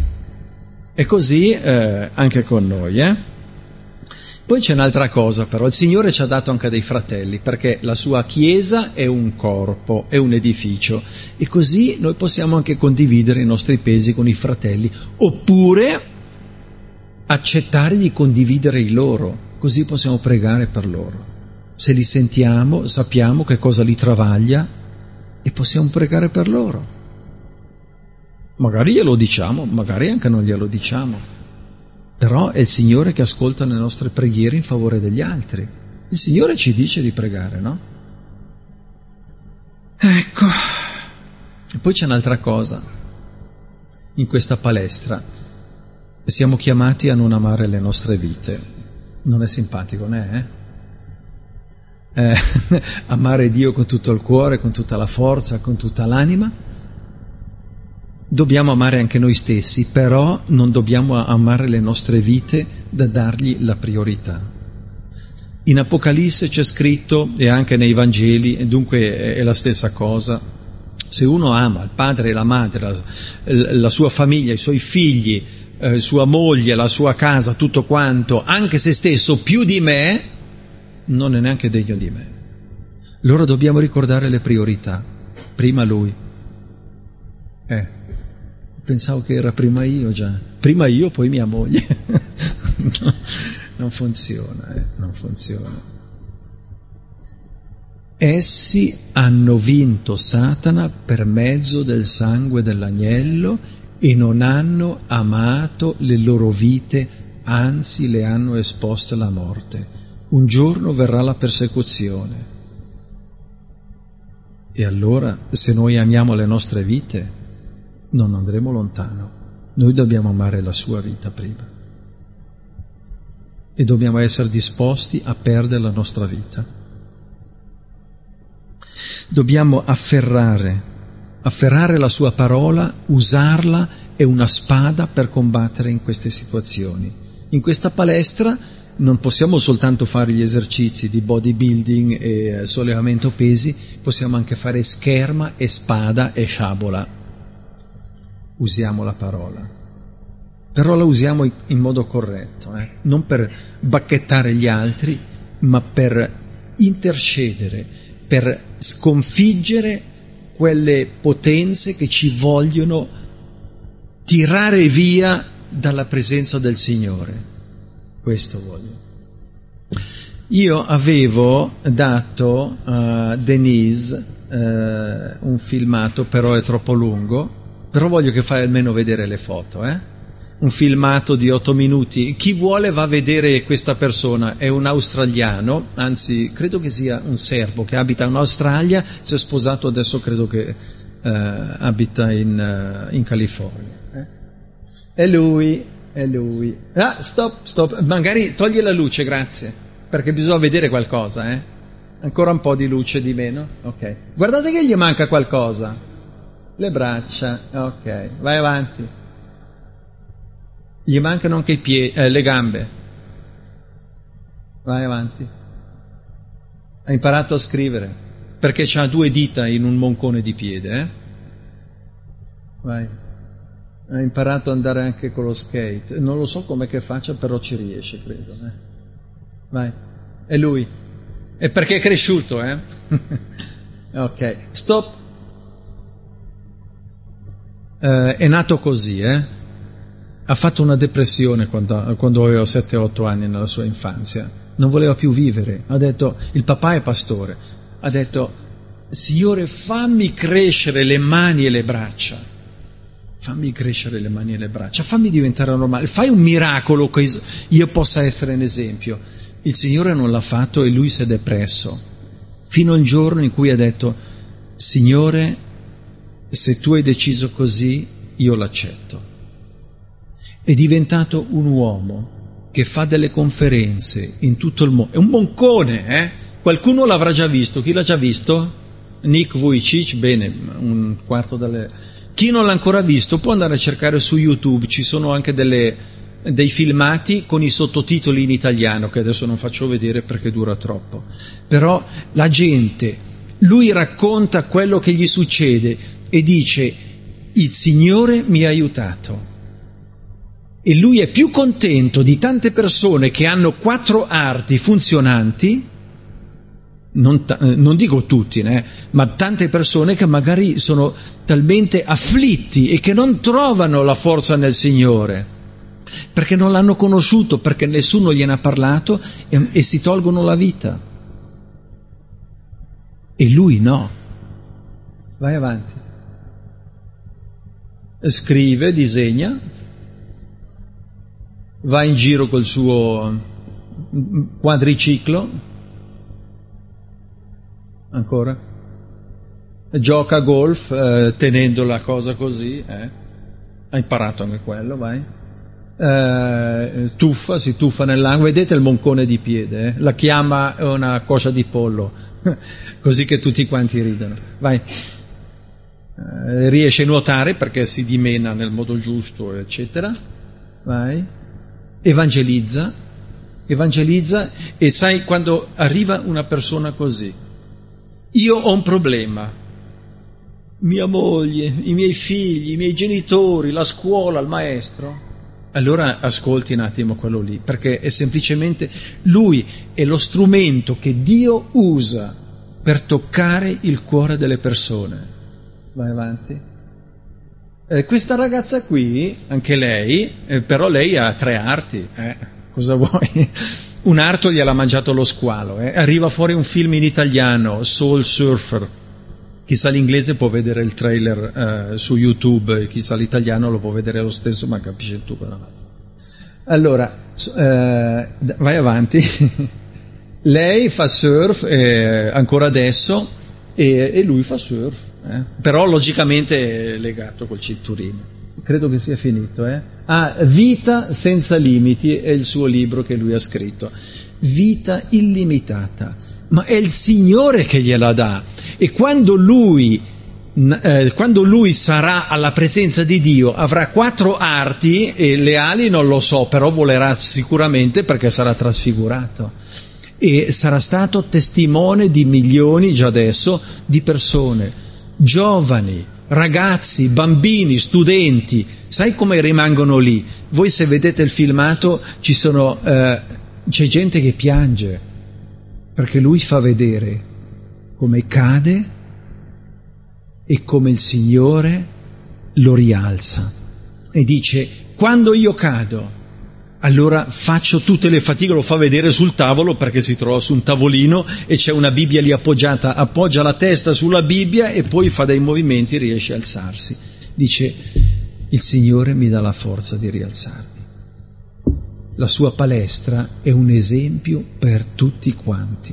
E così eh, anche con noi, eh? Poi c'è un'altra cosa però, il Signore ci ha dato anche dei fratelli, perché la sua Chiesa è un corpo, è un edificio, e così noi possiamo anche condividere i nostri pesi con i fratelli, oppure accettare di condividere i loro, così possiamo pregare per loro. Se li sentiamo, sappiamo che cosa li travaglia e possiamo pregare per loro. Magari glielo diciamo, magari anche non glielo diciamo, però è il Signore che ascolta le nostre preghiere in favore degli altri. Il Signore ci dice di pregare, no? Ecco. E poi c'è un'altra cosa. In questa palestra siamo chiamati a non amare le nostre vite. Non è simpatico, né? Eh? Eh, amare Dio con tutto il cuore, con tutta la forza, con tutta l'anima. Dobbiamo amare anche noi stessi, però non dobbiamo amare le nostre vite da dargli la priorità. In Apocalisse c'è scritto, e anche nei Vangeli, e dunque è la stessa cosa, se uno ama il padre e la madre, la, la sua famiglia, i suoi figli, eh, sua moglie, la sua casa, tutto quanto, anche se stesso più di me, non è neanche degno di me. Allora dobbiamo ricordare le priorità. Prima lui. Eh. Pensavo che era prima io già, prima io poi mia moglie. No, non funziona, eh, non funziona. Essi hanno vinto Satana per mezzo del sangue dell'agnello e non hanno amato le loro vite, anzi le hanno esposte alla morte. Un giorno verrà la persecuzione. E allora, se noi amiamo le nostre vite, non andremo lontano. Noi dobbiamo amare la sua vita prima. e dobbiamo essere disposti a perdere la nostra vita. Dobbiamo afferrare, afferrare la sua parola, usarla è una spada per combattere in queste situazioni. In questa palestra non possiamo soltanto fare gli esercizi di bodybuilding e sollevamento pesi, possiamo anche fare scherma e spada e sciabola. Usiamo la parola, però la usiamo in modo corretto, eh? Non per bacchettare gli altri, ma per intercedere, per sconfiggere quelle potenze che ci vogliono tirare via dalla presenza del Signore. Questo voglio. Io avevo dato a Denise uh, un filmato, però è troppo lungo, però voglio che fai almeno vedere le foto, eh? Un filmato di otto minuti. Chi vuole va a vedere questa persona, è un australiano, anzi credo che sia un serbo che abita in Australia, si è sposato adesso, credo che uh, abita in, uh, in California. Eh? È lui, è lui. Ah, stop, stop, magari togli la luce, grazie, perché bisogna vedere qualcosa, eh? Ancora un po' di luce di meno, ok. Guardate che gli manca qualcosa. Le braccia, ok, vai avanti. Gli mancano anche i piedi, eh, le gambe. Vai avanti. Ha imparato a scrivere, perché c'ha due dita in un moncone di piede, eh? Vai. Ha imparato ad andare anche con lo skate. Non lo so come che faccia, però ci riesce, credo. Eh? Vai. È lui. È perché è cresciuto, eh? Ok. Stop. Uh, è nato così, eh? Ha fatto una depressione quando, quando aveva sette otto anni nella sua infanzia. Non voleva più vivere. Ha detto, il papà è pastore. Ha detto, Signore, fammi crescere le mani e le braccia. Fammi crescere le mani e le braccia, fammi diventare normale, fai un miracolo che io possa essere un esempio. Il Signore non l'ha fatto e lui si è depresso, fino al giorno in cui ha detto, Signore, se tu hai deciso così, io l'accetto. È diventato un uomo che fa delle conferenze in tutto il mondo, è un moncone, eh? Qualcuno l'avrà già visto, chi l'ha già visto? Nick Vujicic, bene, un quarto delle... Chi non l'ha ancora visto può andare a cercare su YouTube, ci sono anche delle, dei filmati con i sottotitoli in italiano, che adesso non faccio vedere perché dura troppo. Però la gente, lui racconta quello che gli succede e dice, il Signore mi ha aiutato. E lui è più contento di tante persone che hanno quattro arti funzionanti, Non, ta- non dico tutti, né? Ma tante persone che magari sono talmente afflitti e che non trovano la forza nel Signore, perché non l'hanno conosciuto, perché nessuno gliene ha parlato e, e si tolgono la vita. E lui no. Vai avanti. Scrive, disegna, va in giro col suo quadriciclo. Ancora? Gioca a golf eh, tenendo la cosa così, eh? Ha imparato anche quello, vai. Eh, tuffa, si tuffa nell'angolo, vedete il moncone di piede, eh? La chiama una coscia di pollo, così che tutti quanti ridono. Vai. Eh, riesce a nuotare perché si dimena nel modo giusto, eccetera. Vai. Evangelizza, evangelizza e sai quando arriva una persona così, io ho un problema, mia moglie, i miei figli, i miei genitori, la scuola, il maestro. Allora ascolti un attimo quello lì, perché è semplicemente lui è lo strumento che Dio usa per toccare il cuore delle persone. Vai avanti. Eh, questa ragazza qui, anche lei, eh, però lei ha tre arti, eh? Cosa vuoi? Un arto gliel'ha mangiato lo squalo, eh? Arriva fuori un film in italiano, Soul Surfer, chi sa l'inglese può vedere il trailer eh, su YouTube, chi sa l'italiano lo può vedere lo stesso, ma capisce tu quella mazza. Allora, eh, vai avanti, lei fa surf eh, ancora adesso e, e lui fa surf, eh? Però logicamente è legato col cinturino. Credo che sia finito, eh? ha vita senza limiti, è il suo libro che lui ha scritto. Vita illimitata, ma è il Signore che gliela dà. E quando lui, eh, quando lui sarà alla presenza di Dio, avrà quattro arti, e le ali non lo so, però volerà sicuramente, perché sarà trasfigurato. E sarà stato testimone di milioni, già adesso, di persone, giovani, ragazzi, bambini, studenti. Sai come rimangono lì? Voi se vedete il filmato ci sono, eh, c'è gente che piange, perché lui fa vedere come cade e come il Signore lo rialza. E dice: quando io cado, allora faccio tutte le fatiche, lo fa vedere sul tavolo, perché si trova su un tavolino e c'è una Bibbia lì appoggiata, appoggia la testa sulla Bibbia e poi fa dei movimenti, riesce a alzarsi. Dice: il Signore mi dà la forza di rialzarmi. La sua palestra è un esempio per tutti quanti.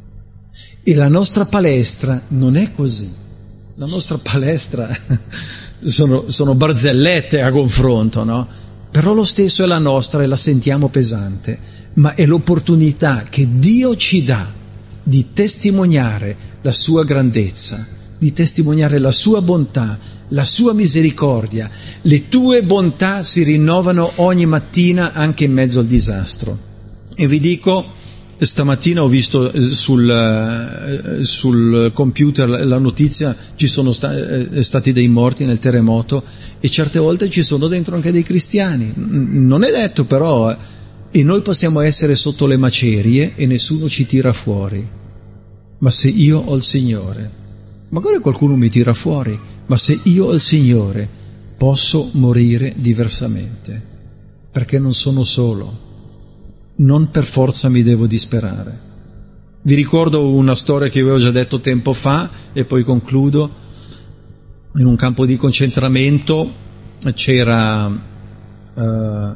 E la nostra palestra non è così. La nostra palestra sono, sono barzellette a confronto, no? Però lo stesso è la nostra e la sentiamo pesante, ma è l'opportunità che Dio ci dà di testimoniare la sua grandezza, di testimoniare la sua bontà, la sua misericordia. Le tue bontà si rinnovano ogni mattina, anche in mezzo al disastro. E vi dico, stamattina ho visto sul, sul computer la notizia, ci sono sta, stati dei morti nel terremoto, e certe volte ci sono dentro anche dei cristiani. Non è detto, però, e noi possiamo essere sotto le macerie e nessuno ci tira fuori. Ma se io ho il Signore, magari qualcuno mi tira fuori, ma se io ho il Signore posso morire diversamente, perché non sono solo. Non per forza mi devo disperare. Vi ricordo una storia che avevo già detto tempo fa, e poi concludo. In un campo di concentramento c'era, uh,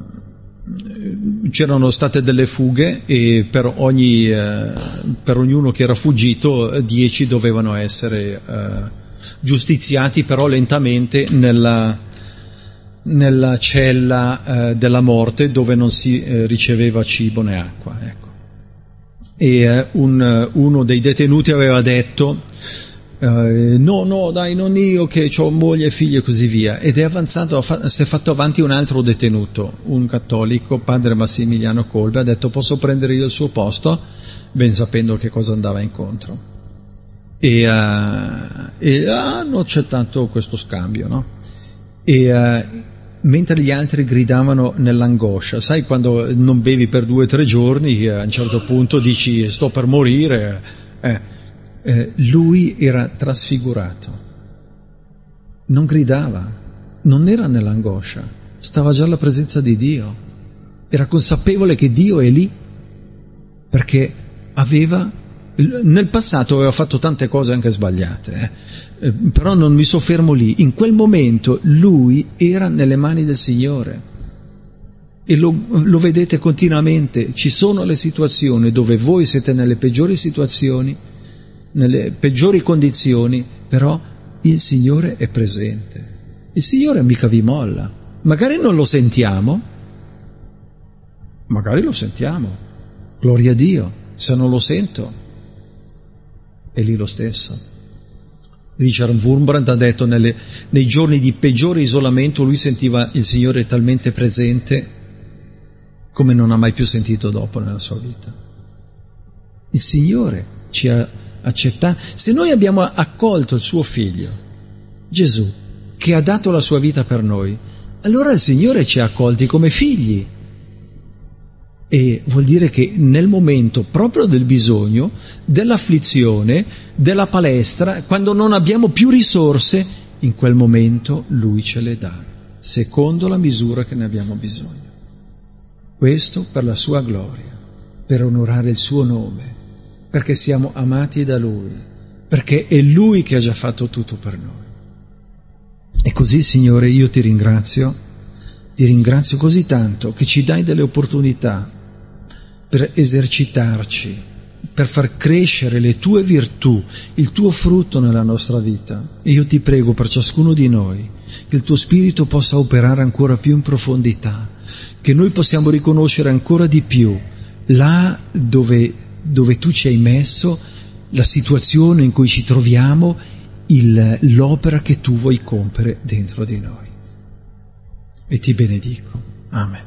c'erano state delle fughe, e per, ogni, uh, per ognuno che era fuggito, dieci dovevano essere uh, giustiziati, però lentamente, nella... nella cella eh, della morte, dove non si eh, riceveva cibo né acqua, ecco. E eh, un, uno dei detenuti aveva detto eh, no no dai, non io che ho moglie e figli e così via, ed è avanzato, fa, si è fatto avanti un altro detenuto, un cattolico, padre Massimiliano Kolbe, ha detto: posso prendere io il suo posto, ben sapendo che cosa andava incontro. E, uh, e hanno accettato questo scambio, no? E uh, mentre gli altri gridavano nell'angoscia, sai quando non bevi per due o tre giorni, a un certo punto dici sto per morire, eh, eh, lui era trasfigurato, non gridava, non era nell'angoscia, stava già alla presenza di Dio, era consapevole che Dio è lì, perché aveva, nel passato aveva fatto tante cose anche sbagliate, eh. Eh, però non mi soffermo lì. In quel momento lui era nelle mani del Signore, e lo, lo vedete continuamente. Ci sono le situazioni dove voi siete nelle peggiori situazioni, nelle peggiori condizioni, però il Signore è presente. Il Signore mica vi molla. Magari non lo sentiamo, magari lo sentiamo, gloria a Dio. Se non lo sento, è lì lo stesso. Richard Wurmbrand ha detto nelle, nei giorni di peggiore isolamento lui sentiva il Signore talmente presente come non ha mai più sentito dopo nella sua vita. Il Signore ci ha accettato. Se noi abbiamo accolto il suo Figlio, Gesù, che ha dato la sua vita per noi, allora il Signore ci ha accolti come figli. E vuol dire che nel momento proprio del bisogno, dell'afflizione, della palestra, quando non abbiamo più risorse, in quel momento Lui ce le dà, secondo la misura che ne abbiamo bisogno. Questo per la sua gloria, per onorare il suo nome, perché siamo amati da Lui, perché è Lui che ha già fatto tutto per noi. E così, Signore, io ti ringrazio, ti ringrazio così tanto che ci dai delle opportunità per esercitarci, per far crescere le tue virtù, il tuo frutto nella nostra vita. E io ti prego per ciascuno di noi che il tuo Spirito possa operare ancora più in profondità, che noi possiamo riconoscere ancora di più là dove, dove tu ci hai messo, la situazione in cui ci troviamo, il, l'opera che tu vuoi compiere dentro di noi. E ti benedico. Amen.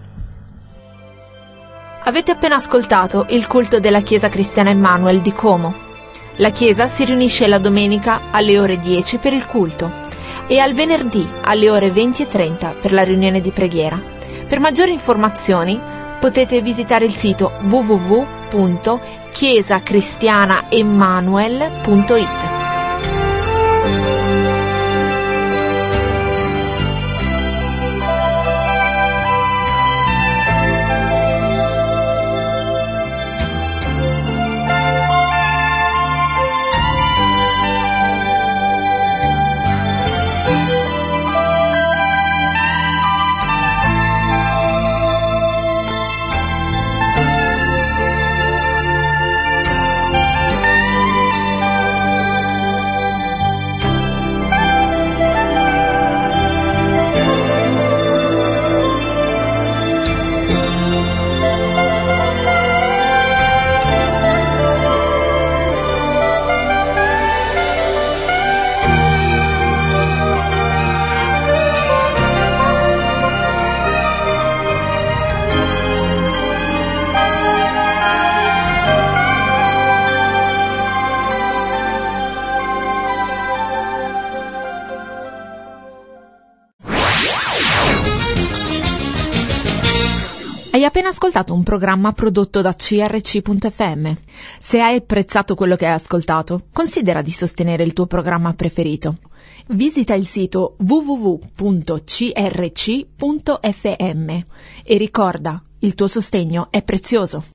Avete appena ascoltato il culto della Chiesa Cristiana Emmanuel di Como. La Chiesa si riunisce la domenica alle ore dieci per il culto e al venerdì alle ore venti e trenta per la riunione di preghiera. Per maggiori informazioni potete visitare il sito w w w punto chiesa cristiana emmanuel punto i t. Hai appena ascoltato un programma prodotto da C R C punto F M. Se hai apprezzato quello che hai ascoltato, considera di sostenere il tuo programma preferito. Visita il sito w w w punto c r c punto f m e ricorda, il tuo sostegno è prezioso.